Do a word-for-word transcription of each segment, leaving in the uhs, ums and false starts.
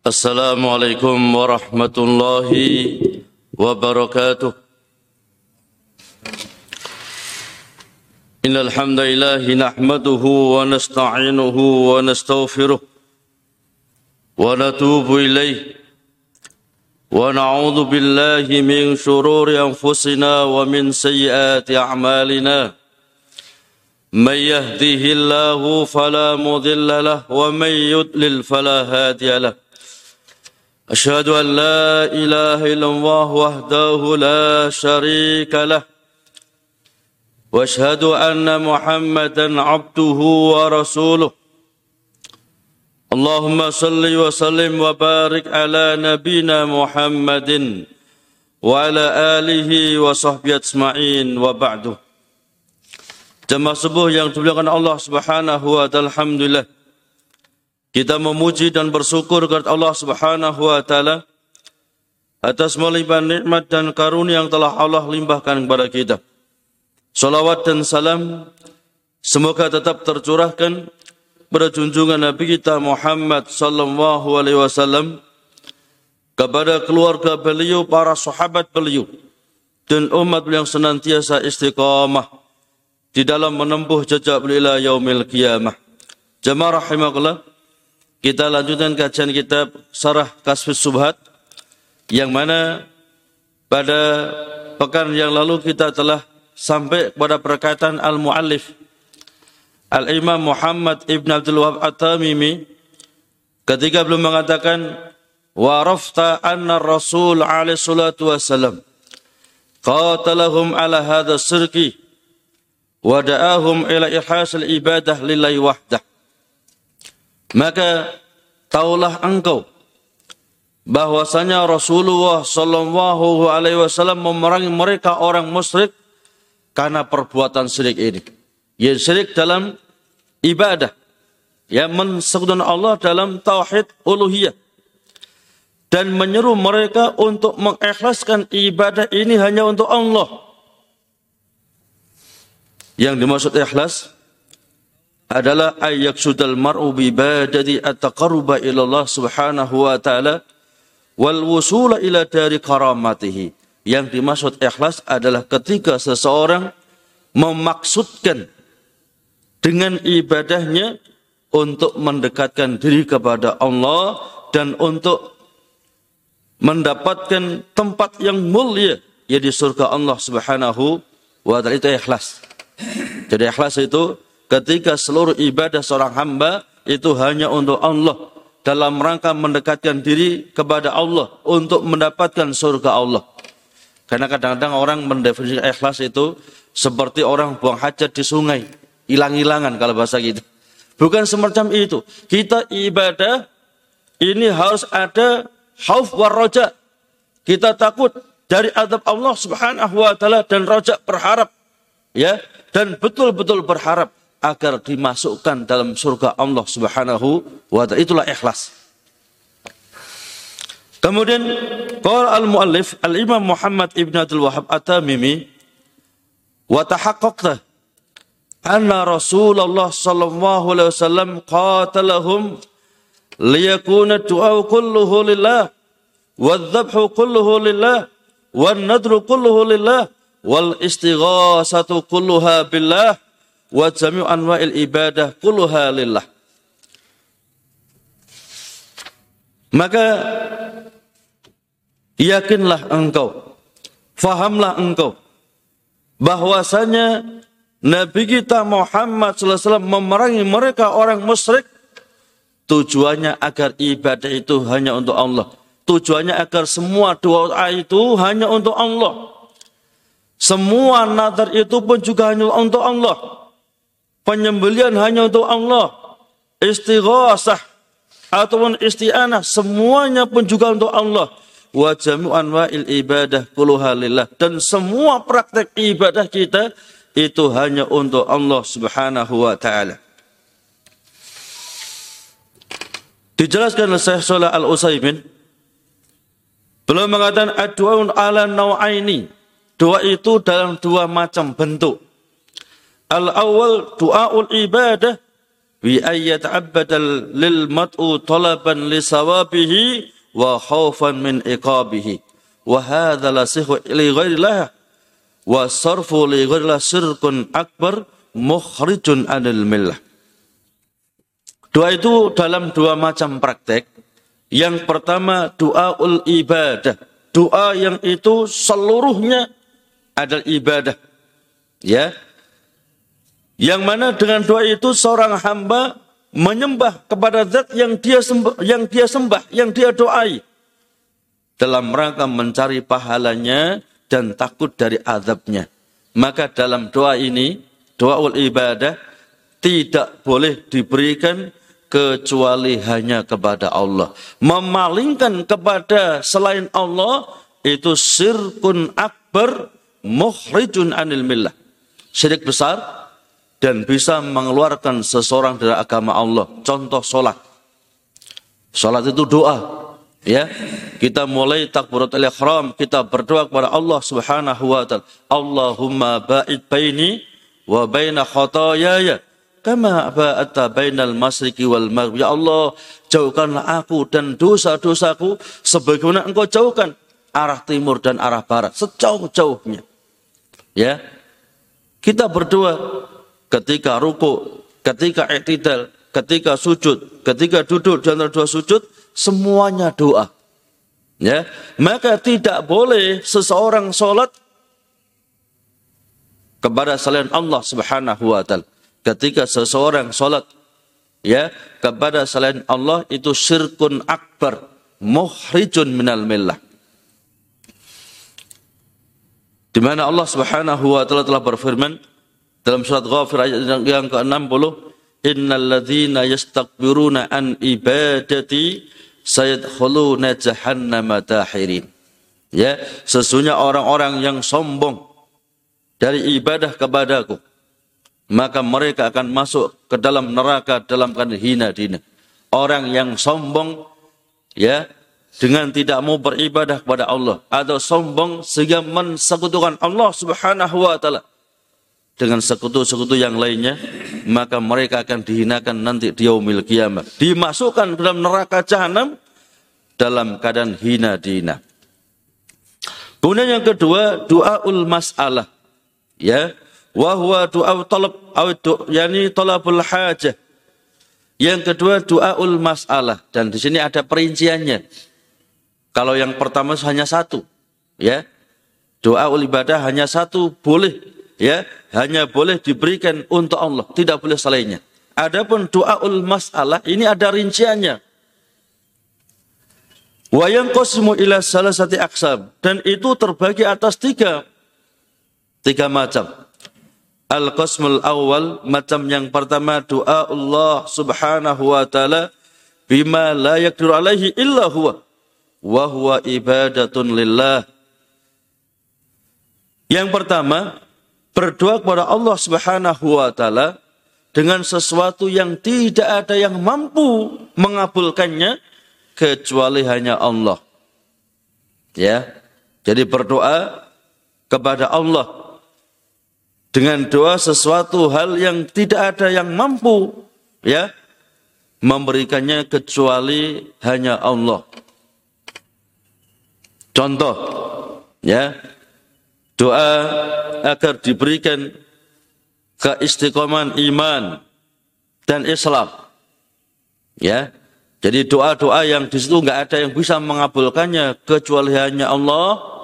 Assalamualaikum warahmatullahi wabarakatuh. Innal hamdalillah nahmaduhu wa nasta'inuhu wa nastaghfiruh wa natubu ilayh wa na'udzu billahi min shururi anfusina wa min sayyiati a'malina. May yahdihillahu fala mudilla lahu wa may yudlil fala hadiya lahu. أشهد أن لا إله إلا الله وحده لا شريك له وأشهد أن محمدا عبده ورسوله اللهم صل وسلم وبارك على نبينا محمد وعلى آله وصحبه أجمعين وبعد. Jemaah subuh yang dimuliakan Allah Subhanahu wa ta'ala, alhamdulillah kita memuji dan bersyukur kepada Allah Subhanahu wa ta'ala atas melimpah nikmat dan karunia yang telah Allah limpahkan kepada kita. Salawat dan salam semoga tetap tercurahkan pada junjungan Nabi kita Muhammad sallallahu alaihi wasallam, kepada keluarga beliau, para sahabat beliau, dan umat beliau yang senantiasa istiqamah di dalam menempuh jejak beliau ila yaumil qiyamah. Jemaah rahimakumullah, kita lanjutkan kajian kitab Syarah Kashfus Syubhat, yang mana pada pekan yang lalu kita telah sampai kepada perkataan al-muallif Al-Imam Muhammad Ibn Abdul Wahab At-Tamimi ketika beliau mengatakan wa rafta anna Rasul alaihi salatu wassalam qatalahum ala hadha sirki wa da'ahum ila ihsasil ibadah lillahi wahdah. Maka taulah engkau bahwasanya Rasulullah sallallahu alaihi wasallam memerangi mereka orang musyrik karena perbuatan syirik ini. Ya, syirik dalam ibadah, ya, mensekutukan Allah dalam tauhid uluhiyah, dan menyeru mereka untuk mengikhlaskan ibadah ini hanya untuk Allah. Yang dimaksud ikhlas adalah ayyaksudal mar'u bi ibadati at-taqarruba ila Allah Subhanahu wa ta'ala wal wusula ila dari karamatihi. Yang dimaksud ikhlas adalah ketika seseorang memaksudkan dengan ibadahnya untuk mendekatkan diri kepada Allah dan untuk mendapatkan tempat yang mulia, yaitu surga Allah Subhanahu wa ta'ala. Itu ikhlas. Jadi ikhlas itu ketika seluruh ibadah seorang hamba itu hanya untuk Allah, dalam rangka mendekatkan diri kepada Allah untuk mendapatkan surga Allah. Karena kadang-kadang orang mendefinisikan ikhlas itu seperti orang buang hajat di sungai, hilang-hilangan kalau bahasa gitu. Bukan semacam itu. Kita ibadah ini harus ada khauf war roja. Kita takut dari azab Allah Subhanahu wa ta'ala dan roja berharap, ya, dan betul-betul berharap agar dimasukkan dalam surga Allah Subhanahu wa ta'ala. Itulah ikhlas. Kemudian qala al-muallif al-Imam Muhammad Ibn Abdul Wahab At-Tamimi wa tahaqqaqta anna Rasulullah sallallahu alaihi wasallam qatalahum liyakuna du'a kulluhu lillah wadh-dhabhu kulluhu lillah wan-nadru kulluhu lillah wal istighasatu kulluha billah wa jami'u anwa'il ibadah kulluha lillah. Maka yakinlah engkau, fahamlah engkau bahwasanya Nabi kita Muhammad sallallahu alaihi wasallam memerangi mereka orang musyrik tujuannya agar ibadah itu hanya untuk Allah. Tujuannya agar semua doa itu hanya untuk Allah. Semua nazar itu pun juga hanya untuk Allah. Penyembelian hanya untuk Allah. Istighasah ataupun isti'anah semuanya pun juga untuk Allah. Wa jami'u anwa'il ibadah kulluha lillah, dan semua praktek ibadah kita itu hanya untuk Allah Subhanahu wa ta'ala. Dijelaskan oleh Syekh Shalih Al-Utsaimin, beliau mengatakan ad-du'aun ala naw'aini. Doa itu dalam dua macam bentuk. Al-awwal du'aul ibadah bi ayyata'abbadal lil mat'u talaban li sawabihi wa khaufan min iqabihi wa hadza la sihu li ghairillah wa sarfu li ghairillah syirkun akbar mukhrijun anil millah. Doa itu dalam dua macam praktek. Yang pertama doaul ibadah, doa yang itu seluruhnya adalah ibadah, ya. Yang mana dengan doa itu seorang hamba menyembah kepada zat yang dia sembah, yang dia sembah, yang dia doai, dalam rangka mencari pahalanya dan takut dari azabnya. Maka dalam doa ini, doaul ibadah, tidak boleh diberikan kecuali hanya kepada Allah. Memalingkan kepada selain Allah itu syirkun akbar mukhrijun anil millah. Syirik besar dan bisa mengeluarkan seseorang dari agama Allah. Contoh sholat. Sholat itu doa. Ya, kita mulai takbiratul ihram, kita berdoa kepada Allah Subhanahu wa taala. Allahumma ba'id baini wa baina khotoyaya kama ba'atta bainal masyriqi wal maghrib. Ya Allah, jauhkanlah aku dan dosa-dosaku sebagaimana Engkau jauhkan arah timur dan arah barat, sejauh-jauhnya. Ya. Kita berdoa ketika ruku, ketika i'tidal, ketika sujud, ketika duduk di antara dua sujud, semuanya doa. Ya. Maka tidak boleh seseorang salat kepada selain Allah Subhanahu wa taala. Ketika seseorang sholat ya kepada selain Allah itu syirkun akbar mukhrijun minal millah. Di mana Allah Subhanahu wa taala telah berfirman dalam surat Ghafir ayat yang ke enam puluh, innal ladzina yastakbiruna an ibadati sayadkhuluna jahannama dahirin. Ya, sesungguhnya orang-orang yang sombong dari ibadah kepadaku, maka mereka akan masuk ke dalam neraka dalam keadaan hina dina. Orang yang sombong ya dengan tidak mau beribadah kepada Allah atau sombong sehingga mensekutukan Allah Subhanahu wa taala dengan sekutu-sekutu yang lainnya, maka mereka akan dihinakan nanti di yaumil qiyamah, dimasukkan ke dalam neraka jahanam dalam keadaan hina dina. Kemudian yang kedua, doaul mas'alah. Ya, wa huwa doa talab atau yani talabul hajah. Yang kedua doaul masalah, dan di sini ada perinciannya. Kalau yang pertama hanya satu, ya. Doaul ibadah hanya satu boleh, ya, hanya boleh diberikan untuk Allah, tidak boleh selainnya. Adapun doaul masalah ini ada rinciannya. Wa yanqasimu ila salasati aqsam, dan itu terbagi atas tiga tiga macam. Al-qasmul awal, macam yang pertama doa Allah Subhanahu wa taala bima la yaqdiru alaihi illa huwa wa huwa ibadatun lillah. Yang pertama, berdoa kepada Allah Subhanahu wa taala dengan sesuatu yang tidak ada yang mampu mengabulkannya kecuali hanya Allah. Ya. Jadi berdoa kepada Allah dengan doa sesuatu hal yang tidak ada yang mampu ya memberikannya kecuali hanya Allah. Contoh ya, doa agar diberikan keistiqomahan iman dan Islam. Ya. Jadi doa-doa yang di situ enggak ada yang bisa mengabulkannya kecuali hanya Allah.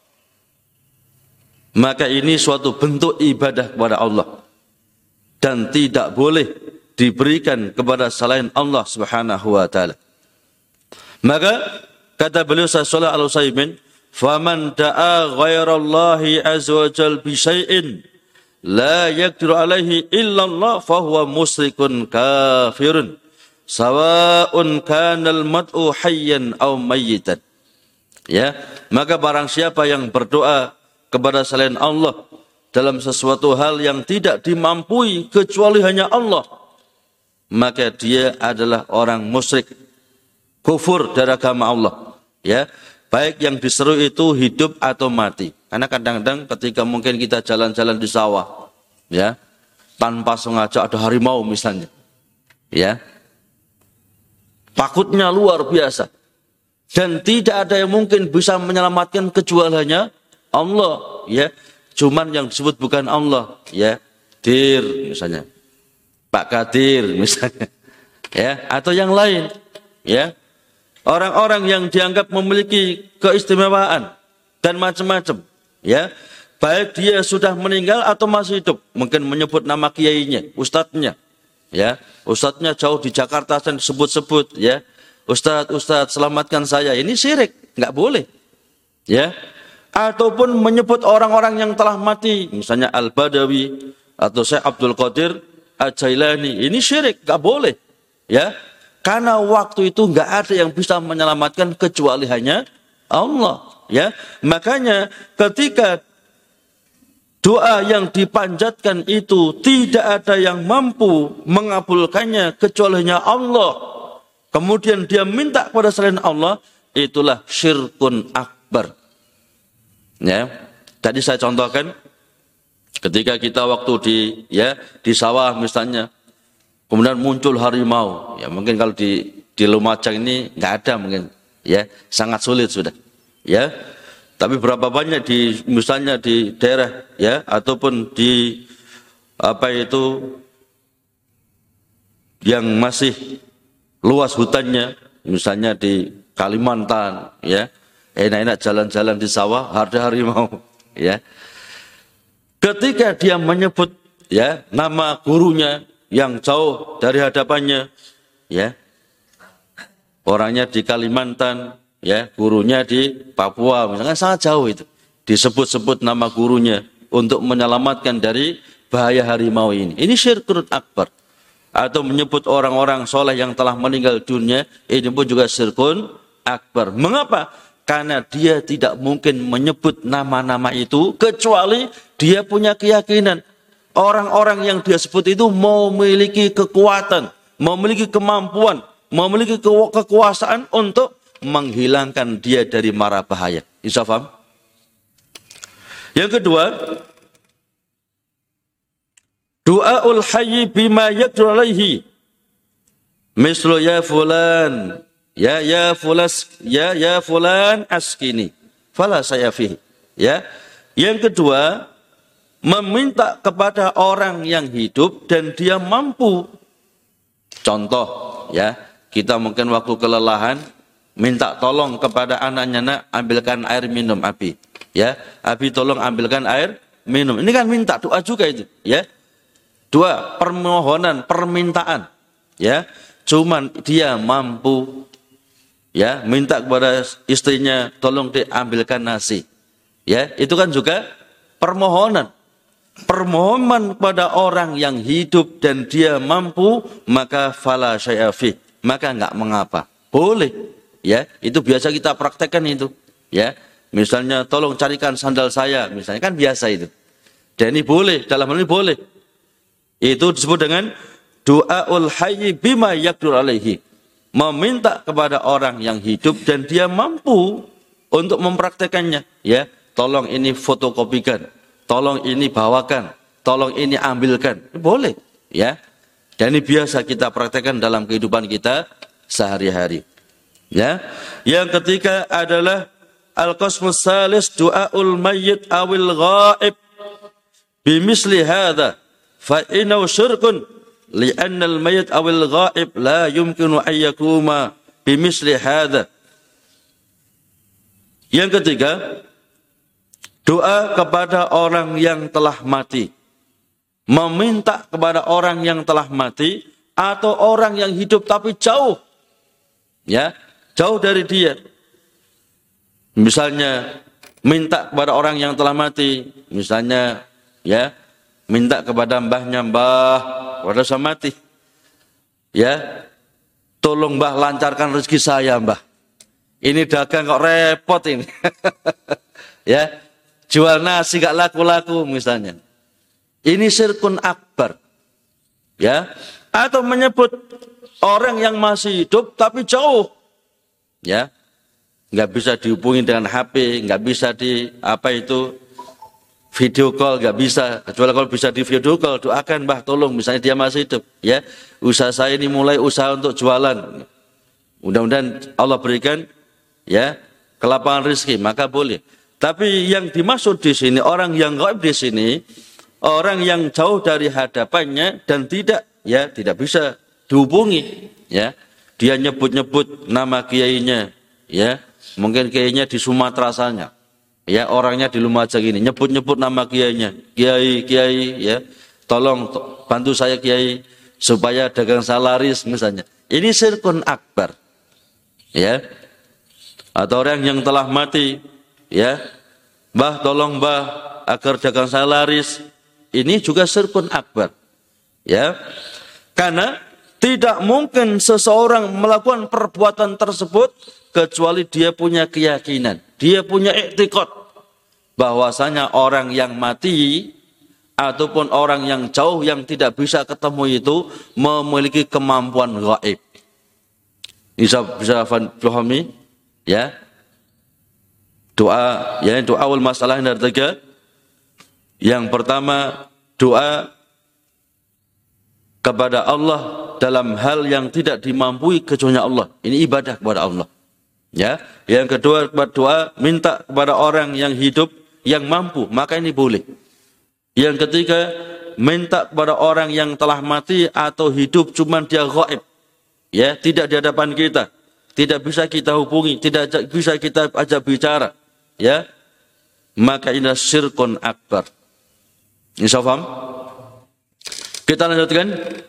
Maka ini suatu bentuk ibadah kepada Allah dan tidak boleh diberikan kepada selain Allah Subhanahu wa taala. Maka kata beliau sallallahu alaihi wasallam, "Faman da'a ghairallahi azza wa jalla bi syai'in la yaqdiru alaihi illa Allah fa huwa musyrikun kafirun sawa'un kana al-mad'u hayyan aw mayyitan." Ya, maka barang siapa yang berdoa kepada selain Allah dalam sesuatu hal yang tidak dimampui kecuali hanya Allah, maka dia adalah orang musyrik, kufur dari agama Allah. Ya, baik yang diseru itu hidup atau mati. Karena kadang-kadang ketika mungkin kita jalan-jalan di sawah, ya, tanpa sengaja ada harimau misalnya, Ya. Takutnya luar biasa. Dan tidak ada yang mungkin bisa menyelamatkan kecuali hanya Allah, ya. Cuman yang disebut bukan Allah, ya. Dir misalnya. Pak Kadir misalnya. Ya, atau yang lain, ya. Orang-orang yang dianggap memiliki keistimewaan dan macam-macam, ya. Baik dia sudah meninggal atau masih hidup, mungkin menyebut nama kiainya, ustadznya, ya. Ustadznya jauh di Jakarta dan sebut-sebut, ya. Ustadz, Ustadz, selamatkan saya. Ini syirik, nggak boleh, ya. Ataupun menyebut orang-orang yang telah mati, misalnya Al-Badawi atau Syekh Abdul Qadir Al-Jailani. Ini syirik, nggak boleh, ya. Karena waktu itu nggak ada yang bisa menyelamatkan kecuali hanya Allah, ya. Makanya ketika doa yang dipanjatkan itu tidak ada yang mampu mengabulkannya kecuali hanya Allah. Kemudian dia minta kepada selain Allah, itulah syirkun akbar. Ya, tadi saya contohkan ketika kita waktu di ya di sawah misalnya, kemudian muncul harimau. Ya mungkin kalau di di Lumajang ini nggak ada mungkin, ya sangat sulit sudah. Ya, tapi berapa banyak di misalnya di daerah ya ataupun di apa itu yang masih luas hutannya, misalnya di Kalimantan, ya, enak-enak jalan-jalan di sawah, ada harimau, ya. Ketika dia menyebut, ya, nama gurunya yang jauh dari hadapannya, ya, orangnya di Kalimantan, ya, gurunya di Papua, misalnya sangat jauh itu, disebut-sebut nama gurunya untuk menyelamatkan dari bahaya harimau ini. Ini syirkun akbar. Atau menyebut orang-orang soleh yang telah meninggal dunia, ini pun juga syirkun akbar. Mengapa? Karena dia tidak mungkin menyebut nama-nama itu kecuali dia punya keyakinan orang-orang yang dia sebut itu memiliki kekuatan, memiliki kemampuan, memiliki ke- kekuasaan untuk menghilangkan dia dari mara bahaya. Insya Allah. Yang kedua, Du'aul hayyi bima yaqdiru alaihi. Mislu ya fulan, ya ya fulas, ya ya fulan askini. Fala saya fihi. Ya. Yang kedua, meminta kepada orang yang hidup dan dia mampu. Contoh, ya, kita mungkin waktu kelelahan minta tolong kepada anaknya, nak ambilkan air minum Abi. Ya, Abi tolong ambilkan air minum. Ini kan minta, doa juga itu, ya. Dua, permohonan, permintaan, ya. Cuman dia mampu, ya, minta kepada istrinya, tolong diambilkan nasi, ya. Itu kan juga permohonan, permohonan kepada orang yang hidup dan dia mampu, maka fala syai'a fi, maka enggak mengapa, boleh, ya. Itu biasa kita praktekkan itu, ya. Misalnya, tolong carikan sandal saya, misalnya kan biasa itu. Dan ini boleh, dalam hal ini boleh. Itu disebut dengan du'aul hayyi bima yaqdiru alaihi. Meminta kepada orang yang hidup dan dia mampu untuk mempraktekannya, ya. Tolong ini fotokopikan, tolong ini bawakan, tolong ini ambilkan. Boleh, ya. Dan ini biasa kita praktekkan dalam kehidupan kita sehari-hari. Ya. Yang ketiga adalah al-qasmus salis du'aul mayyit awil ghaib bimisli hadza fa innahu syirkun li'anna al-mayyit awil ghaib la yumkinu an yakuma bimisli hadza. Yang ketiga, doa kepada orang yang telah mati. Meminta kepada orang yang telah mati atau orang yang hidup tapi jauh. Ya, jauh dari dia. Misalnya minta kepada orang yang telah mati, misalnya ya, minta kepada mbahnya, mbah, pada saya mati. Ya, tolong mbah lancarkan rezeki saya, mbah. Ini dagang kok repot ini. Ya, jual nasi gak laku-laku misalnya. Ini syirkun akbar. Ya, atau menyebut orang yang masih hidup tapi jauh. Ya, nggak bisa dihubungi dengan H P, nggak bisa di apa itu video call nggak bisa, kecuali kalau bisa di video call, doakan Mbah tolong, misalnya dia masih hidup, ya usaha saya ini mulai usaha untuk jualan, mudah-mudahan Allah berikan ya kelapangan rezeki, maka boleh. Tapi yang dimaksud di sini orang yang gaib di sini, orang yang jauh dari hadapannya dan tidak ya tidak bisa dihubungi, ya dia nyebut-nyebut nama kiainya, ya mungkin kiainya di Sumatera sana. Ya orangnya di Lumajang ini nyebut-nyebut nama kiainya, kiai kiai ya, tolong bantu saya kiai supaya dagang saya laris misalnya. Ini syirkun akbar, ya. Atau orang yang telah mati, ya, Mbah tolong Mbah agar dagang saya laris. Ini juga syirkun akbar, ya. Karena tidak mungkin seseorang melakukan perbuatan tersebut kecuali dia punya keyakinan, dia punya iktikad bahwasanya orang yang mati ataupun orang yang jauh yang tidak bisa ketemu itu memiliki kemampuan gaib. Bisa bisa pahami? Ya. Doa, ya doa awal masalah yang ada tiga. Yang pertama, doa kepada Allah dalam hal yang tidak dimampui kecuali Allah. Ini ibadah kepada Allah. Ya, yang kedua berdoa minta kepada orang yang hidup yang mampu, maka ini boleh. Yang ketiga minta kepada orang yang telah mati atau hidup cuman dia gaib, ya tidak di hadapan kita, tidak bisa kita hubungi, tidak bisa kita ajak bicara, ya maka ini syirkun akbar. Insya Allah. Kita lanjutkan.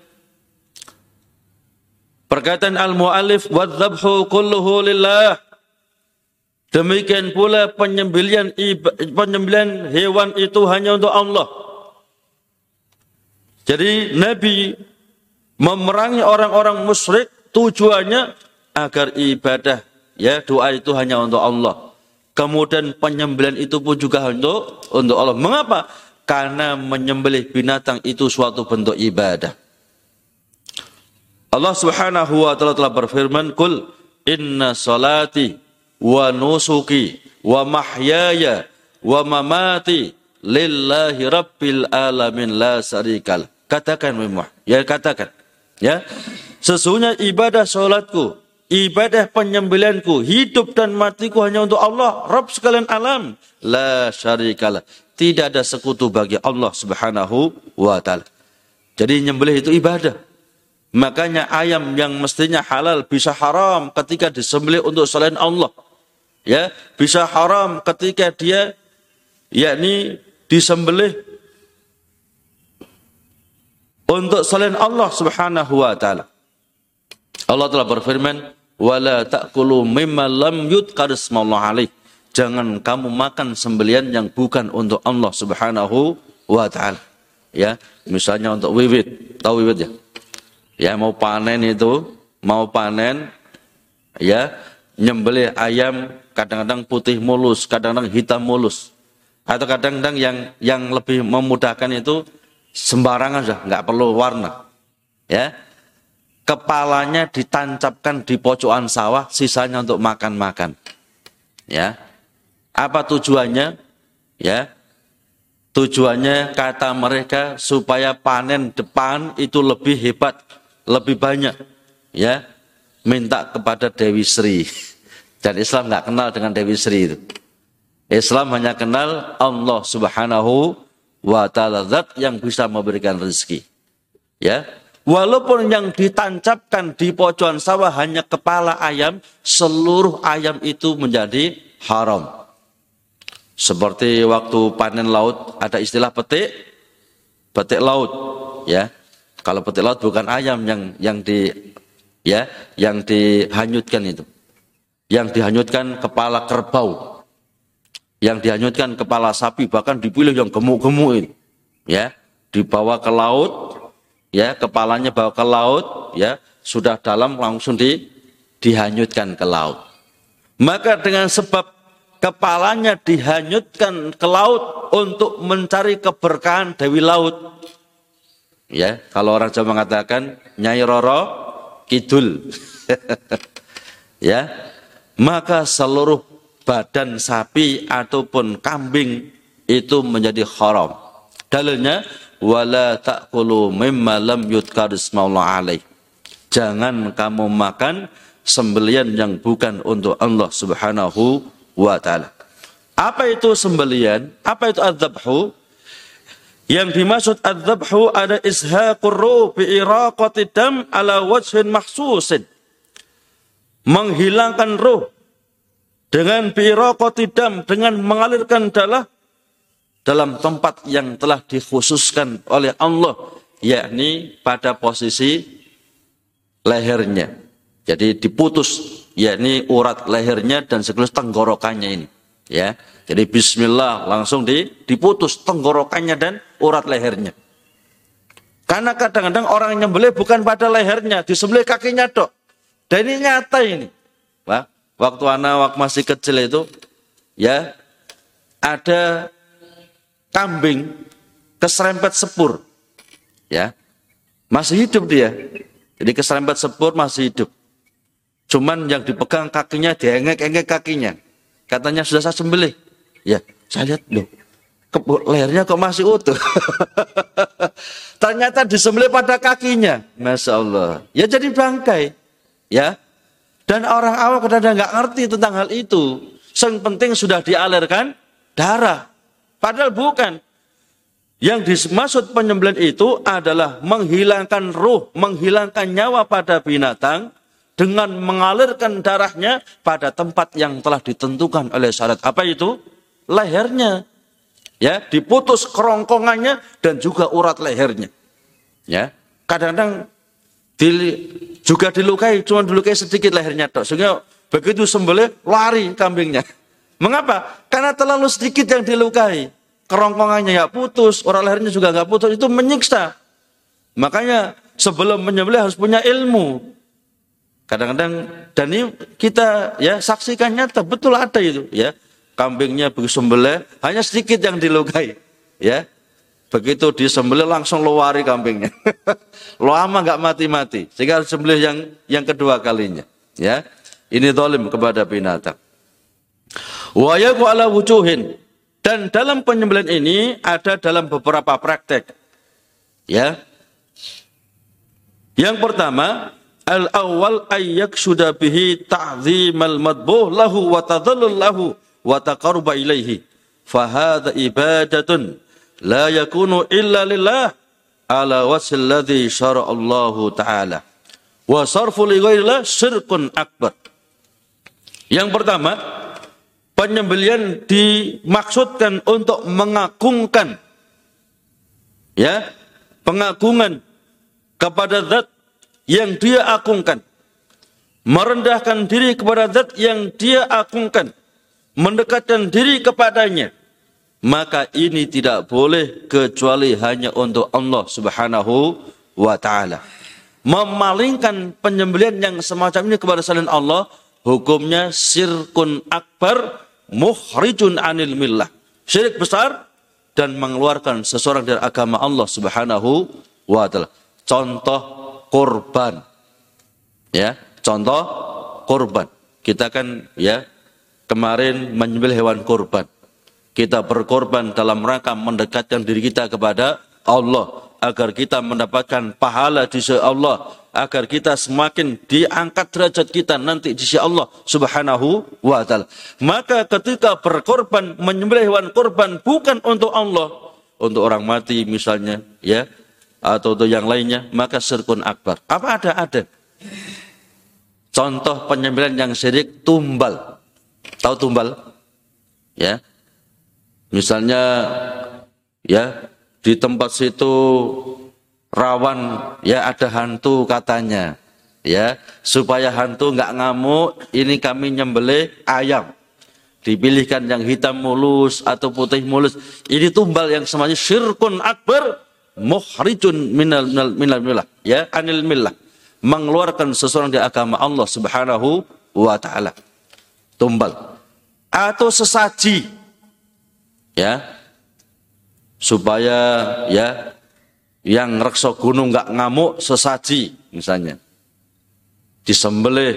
Perkataan al-mu'allif wadzabhu kulluhu lillah. Demikian pula penyembelihan penyembelihan hewan itu hanya untuk Allah. Jadi Nabi memerangi orang-orang musyrik tujuannya agar ibadah ya doa itu hanya untuk Allah. Kemudian penyembelihan itu pun juga untuk untuk Allah. Mengapa? Karena menyembelih binatang itu suatu bentuk ibadah. Allah Subhanahu wa taala telah berfirman, "Qul inna salati wa nusuki wa mahyaya wa mamati lillahi rabbil alamin la syarikal." Katakan Muhammad, ya katakan, ya. Sesungguhnya ibadah salatku, ibadah penyembelihanku, hidup dan matiku hanya untuk Allah, Rabb sekalian alam, la syarikal. Tidak ada sekutu bagi Allah Subhanahu wa taala. Jadi nyembelih itu ibadah. Makanya ayam yang mestinya halal bisa haram ketika disembelih untuk selain Allah. Ya, bisa haram ketika dia yakni disembelih untuk selain Allah Subhanahu wa taala. Allah telah berfirman, "Wala ta'kulu mimma lam yudhkar ismallahu alaih." Jangan kamu makan sembelian yang bukan untuk Allah Subhanahu wa taala. Ya, misalnya untuk wiwit, tahu wiwit ya? Ya mau panen itu, mau panen, ya nyembelih ayam kadang-kadang putih mulus, kadang-kadang hitam mulus, atau kadang-kadang yang yang lebih memudahkan itu sembarangan saja, nggak perlu warna, ya kepalanya ditancapkan di pojokan sawah, sisanya untuk makan-makan, ya apa tujuannya? Ya tujuannya kata mereka supaya panen depan itu lebih hebat, lebih banyak, ya minta kepada Dewi Sri. Dan Islam nggak kenal dengan Dewi Sri itu. Islam hanya kenal Allah Subhanahu wa taala, zat yang bisa memberikan rezeki. Ya, walaupun yang ditancapkan di pojokan sawah hanya kepala ayam, seluruh ayam itu menjadi haram. Seperti waktu panen laut ada istilah petik, petik laut, ya. Kalau petik laut bukan ayam yang yang di ya, yang dihanyutkan itu. Yang dihanyutkan kepala kerbau. Yang dihanyutkan kepala sapi, bahkan dipilih yang gemuk-gemuk itu. Ya, dibawa ke laut, ya, kepalanya bawa ke laut, ya, sudah dalam langsung di dihanyutkan ke laut. Maka dengan sebab kepalanya dihanyutkan ke laut untuk mencari keberkahan Dewi Laut. Ya, kalau orang Jawa mengatakan Nyai Roro Kidul. Ya, maka seluruh badan sapi ataupun kambing itu menjadi haram. Dalilnya wala ta'kulu mimma lam yudhkar ismallah alaih. Jangan kamu makan sembelian yang bukan untuk Allah Subhanahu wa taala. Apa itu sembelian? Apa itu adzabhu? Yang dimaksud adzabhu ada ishaqur ruh bi iraqati dam ala wajhin mahsusin. Menghilangkan ruh dengan bi iraqati dam, dengan mengalirkan darah dalam tempat yang telah dikhususkan oleh Allah, yakni pada posisi lehernya. Jadi diputus, yakni urat lehernya dan sekaligus tenggorokannya ini. Ya, jadi bismillah langsung di, diputus tenggorokannya dan urat lehernya. Karena kadang-kadang orang yang nyembelih bukan pada lehernya, disembelih kakinya dok. Dan ini nyata ini. Wah, waktu anak waktu masih kecil itu, ya ada kambing keserempet sepur, ya masih hidup dia. Jadi keserempet sepur masih hidup. Cuman yang dipegang kakinya, diengek-engek kakinya. Katanya sudah saya sembelih. Ya, saya lihat loh, lehernya kok masih utuh. Ternyata disembelih pada kakinya. Masya Allah. Ya jadi bangkai. Ya. Dan orang awam kadang-kadang nggak ngerti tentang hal itu. Yang penting sudah dialirkan darah. Padahal bukan. Yang dimaksud penyembelihan itu adalah menghilangkan ruh, menghilangkan nyawa pada binatang dengan mengalirkan darahnya pada tempat yang telah ditentukan oleh syariat. Apa itu? Lehernya. Ya, diputus kerongkongannya dan juga urat lehernya. Ya, kadang-kadang di, juga dilukai, cuma dilukai sedikit lehernya tok. Sehingga begitu sembelih lari kambingnya. Mengapa? Karena terlalu sedikit yang dilukai. Kerongkongannya ya putus, urat lehernya juga nggak putus, itu menyiksa. Makanya sebelum menyembelih harus punya ilmu. Kadang-kadang dan ini kita ya saksikan nyata, betul ada itu ya. Kambingnya begitu sembelih hanya sedikit yang dilukai, ya. Begitu disembelih langsung lari kambingnya. Lama nggak mati-mati. Sehingga harus sembelih yang yang kedua kalinya, ya. Ini zalim kepada binatang. Wa yaqu ala wujuhin. Dan dalam penyembelihan ini ada dalam beberapa praktek. Ya. Yang pertama, al-awwal ayyak sudah bihi ta'zimal madbuh lahu wa tadhallul lahu wa taqarruba ilaihi. Fa hadza ibadatun la yakunu illa lillah ala wasl ladzi syara Allah taala. Wa sarfu li ghairillah syirkun akbar. Yang pertama, penyembelihan dimaksudkan untuk mengagungkan, ya, pengagungan kepada zat yang dia agungkan, merendahkan diri kepada zat yang dia agungkan, mendekatkan diri kepadanya, maka ini tidak boleh kecuali hanya untuk Allah Subhanahu wa taala. Memalingkan penyembelihan yang semacam ini kepada selain Allah, hukumnya syirkun akbar, mukhrijun anil millah. Syirik besar dan mengeluarkan seseorang dari agama Allah Subhanahu wa taala. Contoh kurban. Ya, contoh kurban. Kita kan ya kemarin menyembelih hewan kurban. Kita berkorban dalam rangka mendekatkan diri kita kepada Allah agar kita mendapatkan pahala di sisi Allah, agar kita semakin diangkat derajat kita nanti di sisi Allah Subhanahu wa taala. Maka ketika berkorban, menyembelih hewan korban bukan untuk Allah, untuk orang mati misalnya, ya, atau untuk yang lainnya, maka syirkun akbar. Apa ada? Ada. Contoh penyembelihan yang syirik, tumbal. Tahu tumbal? Ya. Misalnya ya, di tempat situ rawan ya ada hantu katanya, ya, supaya hantu nggak ngamuk, ini kami nyembelih ayam, dipilihkan yang hitam mulus atau putih mulus. Ini tumbal yang semuanya syirkun akbar, mukhrijun minal minal millah, ya, anil millah, mengeluarkan seseorang dari agama Allah Subhanahu wa taala. Tumbal atau sesaji, ya, supaya ya yang reksa gunung nggak ngamuk, sesaji misalnya disembelih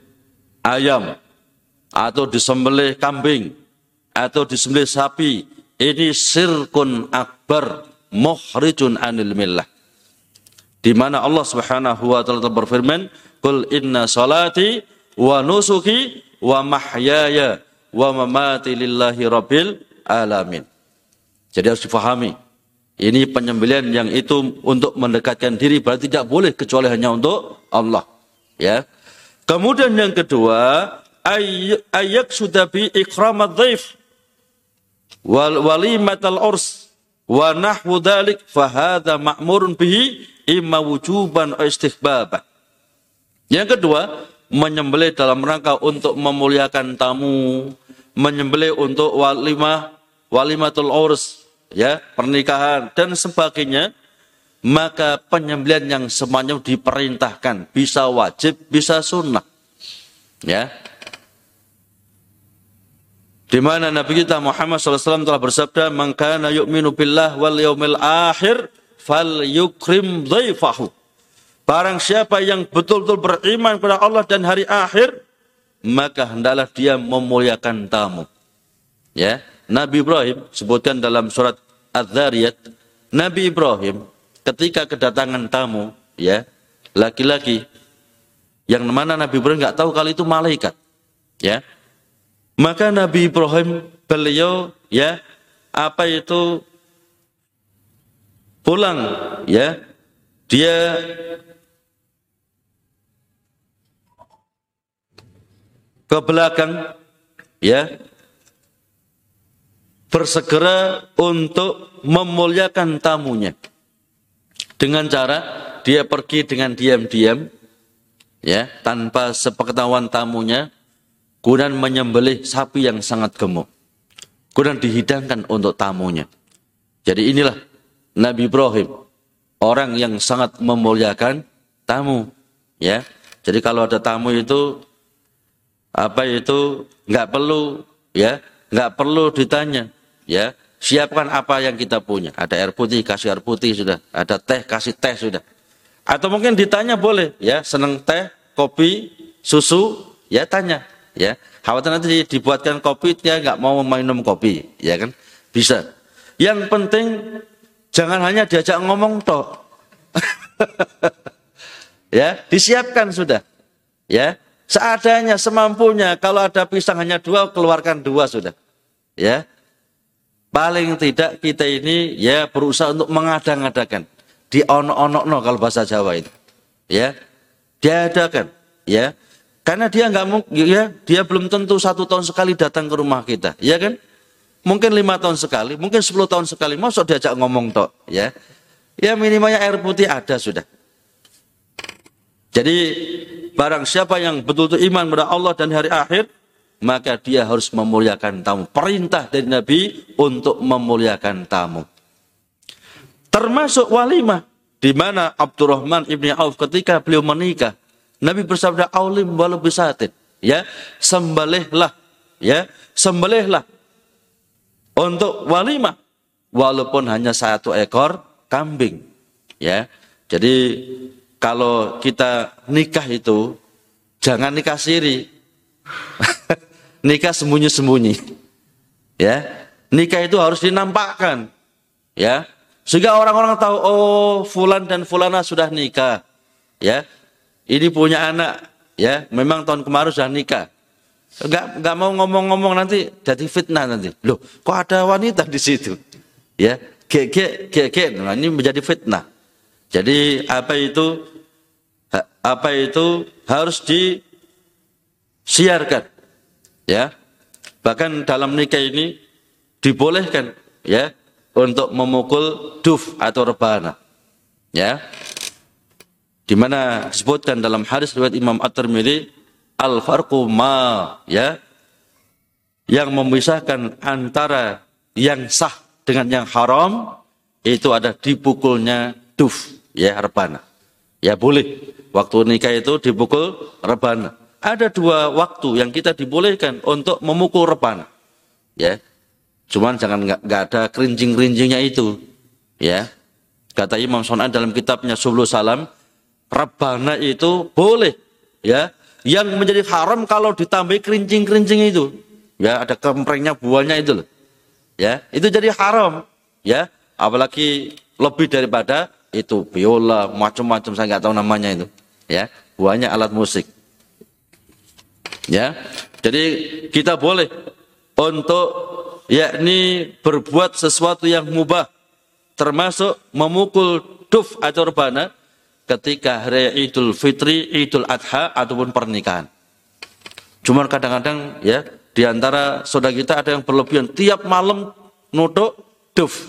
ayam atau disembelih kambing atau disembelih sapi ini syirkun akbar mukhrijun anil millah. Di mana Allah Subhanahu wa taala berfirman, "Qul inna salati wa nusuki wa mahyaya wa mamati lillahi rabbil alamin." Jadi harus difahami, ini penyembelihan yang itu untuk mendekatkan diri, berarti tidak boleh kecuali hanya untuk Allah. Ya. Kemudian yang kedua, ayyak sudah bi ikramad dhaif wal walimatal urs wa nahwu dzalik fa hadza ma'murun bihi imma wujuban aw istihbaban. Yang kedua, menyembelih dalam rangka untuk memuliakan tamu, menyembelih untuk walimah, walimatul urs, ya, pernikahan dan sebagainya, maka penyembelihan yang semuanya diperintahkan, bisa wajib, bisa sunnah. Ya. Di mana Nabi kita Muhammad shallallahu alaihi wasallam telah bersabda, "Man kana yu'minu billah wal yaumil akhir fal yukrim dhaifahu." Barang siapa yang betul-betul beriman kepada Allah dan hari akhir, maka hendaklah dia memuliakan tamu. Ya, Nabi Ibrahim sebutkan dalam surat Az-Zariyat, Nabi Ibrahim ketika kedatangan tamu, ya, laki-laki yang mana Nabi Ibrahim nggak tahu kalau itu malaikat, ya. Maka Nabi Ibrahim beliau, ya, apa itu pulang, ya, dia ke belakang, ya, bersegera untuk memuliakan tamunya dengan cara dia pergi dengan diam-diam, ya, tanpa sepengetahuan tamunya, kemudian menyembelih sapi yang sangat gemuk, kemudian dihidangkan untuk tamunya. Jadi inilah Nabi Ibrahim, orang yang sangat memuliakan tamu, ya. Jadi kalau ada tamu itu apa itu nggak perlu, ya, nggak perlu ditanya, ya, siapkan apa yang kita punya. Ada air putih, kasih air putih sudah. Ada teh, kasih teh sudah. Atau mungkin ditanya boleh, ya, seneng teh, kopi, susu, ya, tanya, ya. Khawatir nanti dibuatkan kopi dia nggak mau minum kopi, ya kan? Bisa. Yang penting jangan hanya diajak ngomong toh. Ya, disiapkan sudah, ya. Seadanya, semampunya. Kalau ada pisang hanya dua, keluarkan dua sudah. Ya, paling tidak kita ini, ya, berusaha untuk mengadang-adakan, di ono-ono kalau bahasa Jawa itu, ya, diadakan, ya, karena dia nggak mungkin, ya, dia belum tentu satu tahun sekali datang ke rumah kita, ya kan? Mungkin lima tahun sekali, mungkin sepuluh tahun sekali, masuk diajak ngomong tok, ya, ya minimalnya air putih ada sudah. Jadi barang siapa yang betul-betul iman kepada Allah dan hari akhir, maka dia harus memuliakan tamu. Perintah dari Nabi untuk memuliakan tamu. Termasuk walimah, di mana Abdurrahman ibni Auf ketika beliau menikah, Nabi bersabda, "Aulim walau bisatin." Ya, sembelihlah, ya, sembelihlah untuk walimah, walaupun hanya satu ekor kambing. Ya, jadi kalau kita nikah itu jangan nikah siri. Nikah sembunyi-sembunyi. Ya. Nikah itu harus dinampakkan. Ya. Sehingga orang-orang tahu, oh, fulan dan fulana sudah nikah. Ya. Ini punya anak, ya. Memang tahun kemarin sudah nikah. Enggak enggak mau ngomong-ngomong nanti jadi fitnah nanti. Loh, kok ada wanita di situ? Ya. Gek gek gek, nah, ini menjadi fitnah. Jadi apa itu apa itu harus disiarkan, ya. Bahkan dalam nikah ini dibolehkan, ya, untuk memukul duf atau rebana, ya. Di mana disebutkan dalam hadis riwayat Imam At-Tirmidzi, al farqu ma, ya, yang memisahkan antara yang sah dengan yang haram itu ada dipukulnya duf, ya, rebana. Ya, boleh waktu nikah itu dipukul rebana. Ada dua waktu yang kita dibolehkan untuk memukul rebana, ya. Cuman jangan nggak nggak ada kerincing-kerincingnya itu, ya. Kata Imam Son'an dalam kitabnya Subul Salam, rebana itu boleh, ya. Yang menjadi haram kalau ditambah kerincing-kerincing itu, ya, ada kemprengnya buahnya itu loh. Ya, itu jadi haram. Ya, apalagi lebih daripada itu biola, macam-macam saya nggak tahu namanya itu. Ya, banyak alat musik. Ya, jadi kita boleh untuk yakni berbuat sesuatu yang mubah, termasuk memukul duf atau rebana ketika hari Idul Fitri, Idul Adha ataupun pernikahan. Cuman kadang-kadang ya di antara saudara kita ada yang berlebihan tiap malam nuduk duf.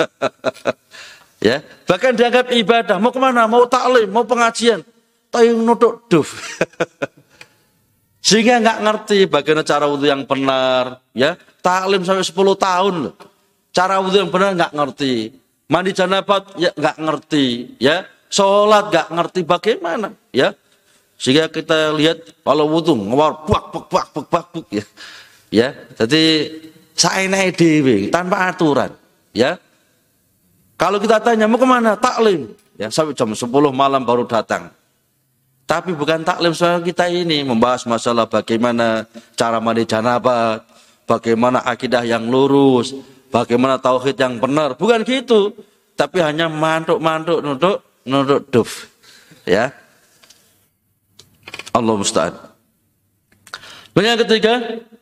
Ya, bahkan dianggap ibadah. Mau kemana? Mau taklim, mau pengajian, tayung nuduk duf. Sehingga nggak ngerti bagaimana cara wudhu yang benar, ya. Taklim sampai sepuluh tahun loh. Cara wudhu yang benar nggak ngerti. Mandi janabat ya nggak ngerti, ya. Sholat nggak ngerti bagaimana, ya. Sehingga kita lihat kalau wudhu ngawar buak buak buak buak buak, buak ya. Ya, jadi saenake dhewe tanpa aturan, ya. Kalau kita tanya mau kemana? Taklim, ya sampai jam sepuluh malam baru datang. Tapi bukan taklim soal kita ini membahas masalah bagaimana cara mandi janabat, bagaimana akidah yang lurus, bagaimana tauhid yang benar. Bukan gitu. Tapi hanya mantuk-mantuk, nunduk, nunduk duf. Ya. Allah musta'an. Yang ketiga,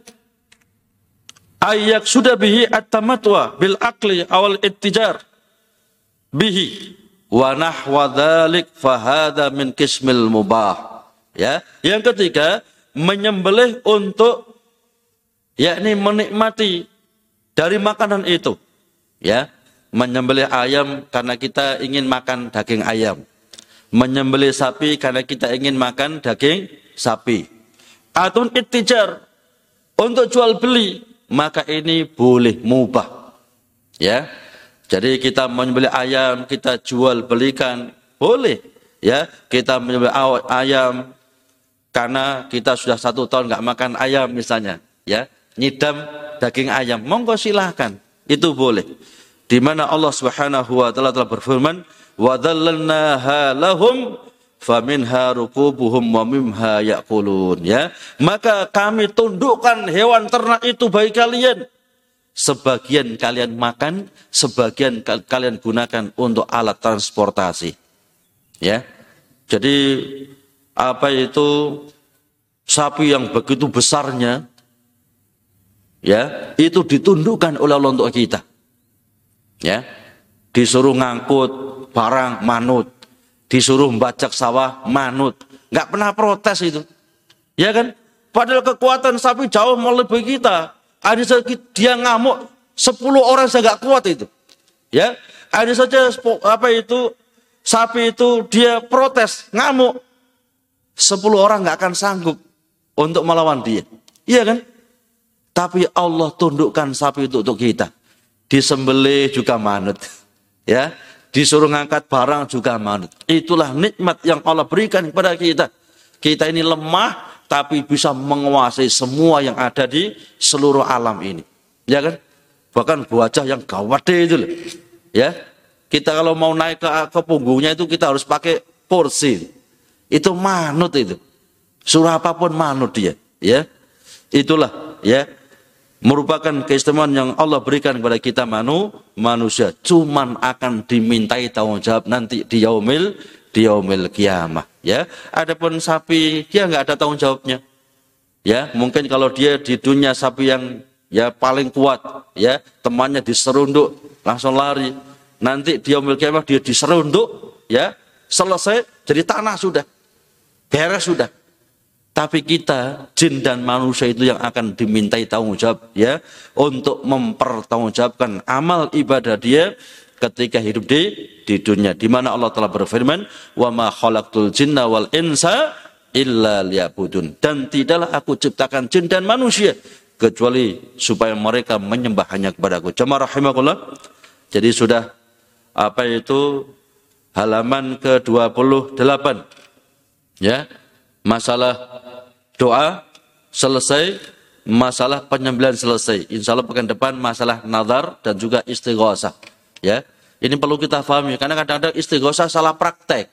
ayyak sudah bihi at-tamatwa bil aqli awal ittijar bihi wa nahwa dzalik fahada min qismil mubah. Ya, yang ketiga menyembelih untuk yakni menikmati dari makanan itu. Ya, menyembelih ayam karena kita ingin makan daging ayam. Menyembelih sapi karena kita ingin makan daging sapi. Atau ittijar untuk jual beli, maka ini boleh mubah. Ya. Jadi kita menyembelih ayam, kita jual belikan, boleh. Ya, kita menyembelih ayam karena kita sudah satu tahun nggak makan ayam misalnya, ya, nyidam daging ayam, monggo silahkan, itu boleh. Di mana Allah Subhanahu Wa Taala telah berfirman, wa dzallalnaha lahum faminha rukubuhum wa mimha yaqulun. Ya, maka kami tundukkan hewan ternak itu bagi kalian. Sebagian kalian makan, sebagian kalian gunakan untuk alat transportasi. Ya. Jadi apa itu sapi yang begitu besarnya, ya, itu ditundukkan oleh Allah untuk kita. Ya. Disuruh ngangkut barang manut, disuruh membajak sawah manut, nggak pernah protes itu. Ya kan? Padahal kekuatan sapi jauh melebihi kita. Ada saja dia ngamuk, sepuluh orang saya nggak kuat itu. Ya, ada saja apa itu sapi itu dia protes, ngamuk, sepuluh orang nggak akan sanggup untuk melawan dia. Iya kan? Tapi Allah tundukkan sapi itu untuk kita. Disembelih juga manut. Ya, disuruh ngangkat barang juga manut. Itulah nikmat yang Allah berikan kepada kita. Kita ini lemah, tapi bisa menguasai semua yang ada di seluruh alam ini. Ya kan? Bahkan wajah yang gawat itu loh. Ya. Kita kalau mau naik ke, ke punggungnya itu kita harus pakai porsi. Itu manut itu. Surah apapun manut dia. Ya. Itulah ya. Merupakan keistimewaan yang Allah berikan kepada kita manu, manusia. Cuman akan dimintai tanggung jawab nanti di yaumil di yaumil kiamah. Ya, adapun sapi dia nggak ada tanggung jawabnya. Ya, mungkin kalau dia di dunia sapi yang ya paling kuat, ya temannya diserunduk langsung lari. Nanti dia yaumil kiamah dia diserunduk, ya selesai jadi tanah sudah, beres sudah. Tapi kita jin dan manusia itu yang akan dimintai tanggung jawab, ya, untuk mempertanggungjawabkan amal ibadah dia ketika hidup di di dunia, di mana Allah telah berfirman, wa ma khalaqtul jinna wal insa illa liya'budun, dan tidaklah aku ciptakan jin dan manusia kecuali supaya mereka menyembah hanya kepadaku. Jemaah rahimakumullah. Jadi sudah apa itu halaman ke dua puluh delapan. Ya. Masalah doa selesai, masalah penyembelihan selesai. Insya Allah pekan depan masalah nazar dan juga istighosah. Ya, ini perlu kita pahami karena kadang-kadang istighosah salah praktek.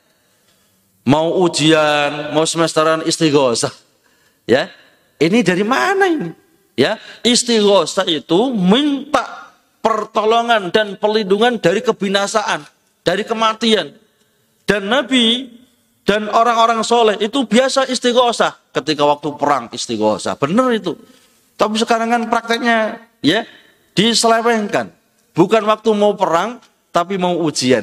Mau ujian, mau semesteran istighosah. Ya, ini dari mana ini? Ya, istighosah itu minta pertolongan dan perlindungan dari kebinasaan, dari kematian. Dan Nabi dan orang-orang soleh itu biasa istighosah ketika waktu perang istighosah. Benar itu. Tapi sekarang kan prakteknya ya diselewengkan. Bukan waktu mau perang, tapi mau ujian.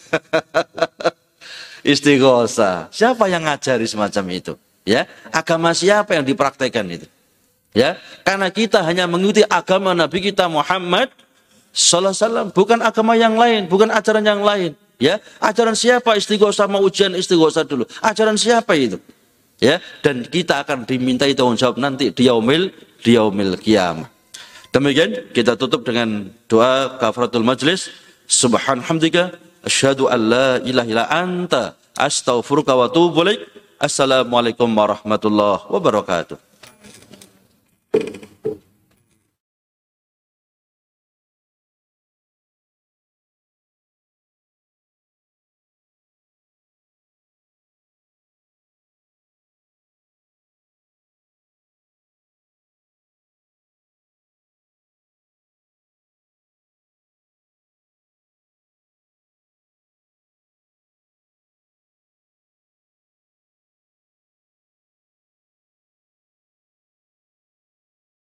Istighosah. Siapa yang ngajari semacam itu? Ya, agama siapa yang dipraktekkan itu? Ya, karena kita hanya mengikuti agama Nabi kita Muhammad sallallahu alaihi wasallam, bukan agama yang lain, bukan ajaran yang lain. Ya, ajaran siapa istighosah, mau ujian istighosah dulu. Ajaran siapa itu? Ya, dan kita akan dimintai tanggung jawab nanti di yaumil di yaumil qiyamah. Demikian kita tutup dengan doa kafaratul majlis. Subhanallah, asyhadu an la ilaha illa anta, astaghfiruka wa atubu ilaik. Assalamualaikum warahmatullahi wabarakatuh.